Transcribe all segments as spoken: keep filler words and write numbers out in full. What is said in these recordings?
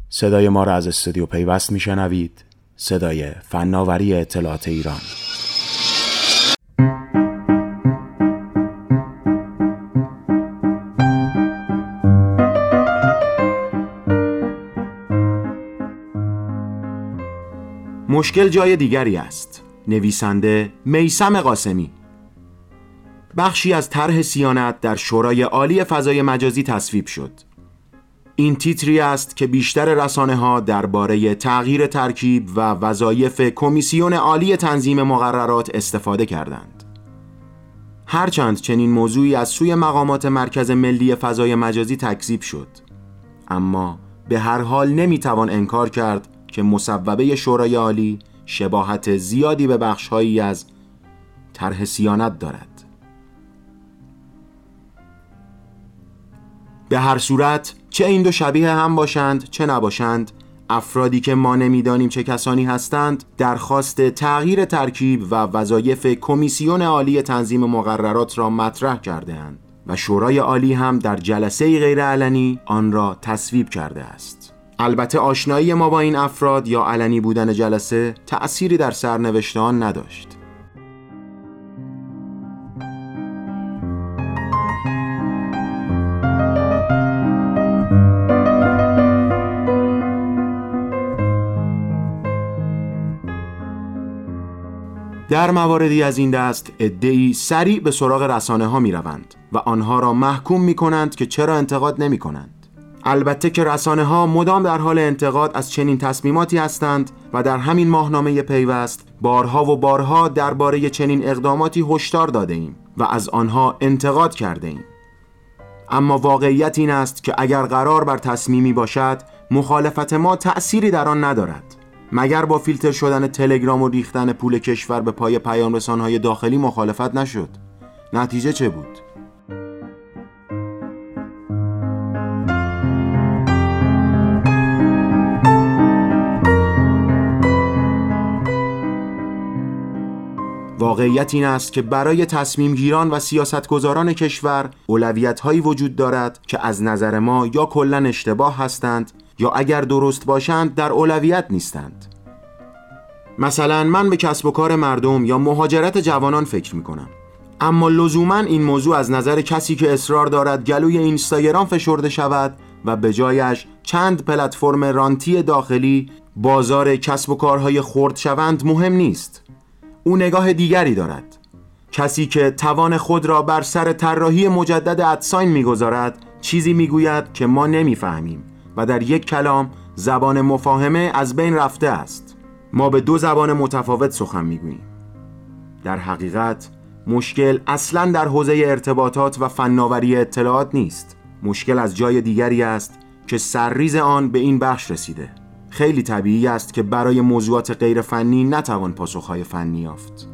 صدای ما را از استودیو پیوست میشنوید، صدای فناوری اطلاعات ایران. مشکل جای دیگری است. نویسنده میثم قاسمی. بخشی از طرح صیانت در شورای عالی فضای مجازی تصویب شد. این تیتری است که بیشتر رسانه‌ها درباره تغییر ترکیب و وظایف کمیسیون عالی تنظیم مقررات استفاده کردند. هرچند چنین موضوعی از سوی مقامات مرکز ملی فضای مجازی تکذیب شد، اما به هر حال نمیتوان انکار کرد که مصوبه شورای عالی شباهت زیادی به بخش‌هایی از طرح صیانت دارد. به هر صورت چه این دو شبیه هم باشند چه نباشند، افرادی که ما نمیدانیم چه کسانی هستند درخواست تغییر ترکیب و وظایف کمیسیون عالی تنظیم مقررات را مطرح کرده‌اند و شورای عالی هم در جلسه غیرعلنی آن را تصویب کرده است. البته آشنایی ما با این افراد یا علنی بودن جلسه تأثیری در سرنوشت آن نداشت. در مواردی از این دست عده‌ای سریع به سراغ رسانه ها می روند و آنها را محکوم می کنند که چرا انتقاد نمی کنند. البته که رسانه ها مدام در حال انتقاد از چنین تصمیماتی هستند و در همین ماهنامه پیوست بارها و بارها درباره چنین اقداماتی هشدار داده ایم و از آنها انتقاد کرده ایم. اما واقعیت این است که اگر قرار بر تصمیمی باشد، مخالفت ما تأثیری در آن ندارد. مگر با فیلتر شدن تلگرام و ریختن پول کشور به پای پیام رسان‌های داخلی مخالفت نشد؟ نتیجه چه بود؟ واقعیت این است که برای تصمیم گیران و سیاستگزاران کشور اولویت‌هایی وجود دارد که از نظر ما یا کلاً اشتباه هستند یا اگر درست باشند در اولویت نیستند. مثلا من به کسب و کار مردم یا مهاجرت جوانان فکر میکنم، اما لزوما این موضوع از نظر کسی که اصرار دارد گلوی اینستاگرام فشرده شود و به جایش چند پلتفرم رانتی داخلی بازار کسب و کارهای خرد شوند مهم نیست. او نگاه دیگری دارد. کسی که توان خود را بر سر طراحی مجدد ادساین میگذارد چیزی میگوید که ما نمیفهمیم و در یک کلام زبان مفاهمه از بین رفته است. ما به دو زبان متفاوت سخن میگوییم. در حقیقت مشکل اصلاً در حوزه ارتباطات و فناوری اطلاعات نیست. مشکل از جای دیگری است که سرریز آن به این بخش رسیده. خیلی طبیعی است که برای موضوعات غیر فنی نتوان پاسخهای فنی یافت.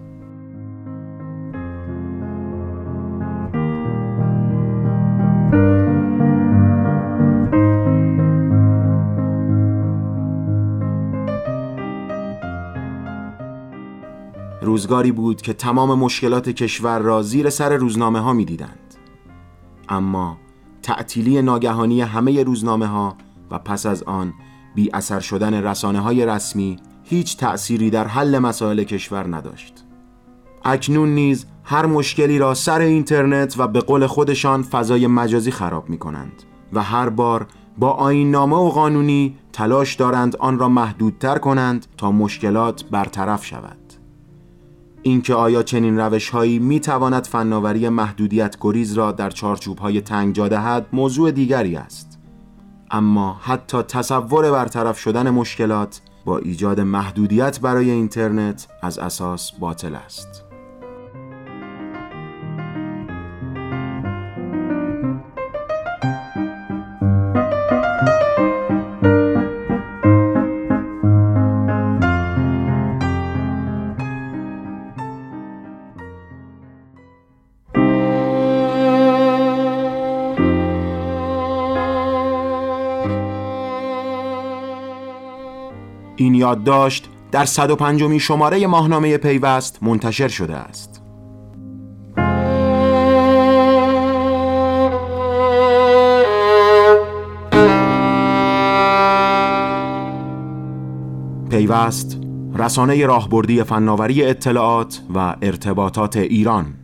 روزگاری بود که تمام مشکلات کشور را زیر سر روزنامه ها می دیدند. اما تعطیلی ناگهانی همه روزنامه ها و پس از آن بی اثر شدن رسانه های رسمی هیچ تأثیری در حل مسائل کشور نداشت. اکنون نیز هر مشکلی را سر اینترنت و به قول خودشان فضای مجازی خراب می کنند و هر بار با آیین‌نامه و قانونی تلاش دارند آن را محدودتر کنند تا مشکلات برطرف شود. اینکه آیا چنین روش‌هایی می‌تواند فناوری محدودیت گریز را در چارچوب‌های تنگ جا دهد موضوع دیگری است. اما حتی تصور برطرف شدن مشکلات با ایجاد محدودیت برای اینترنت از اساس باطل است. این یادداشت در صد و پنجمین شماره ماهنامه پیوست منتشر شده است. پیوست، رسانه راهبردی فناوری اطلاعات و ارتباطات ایران.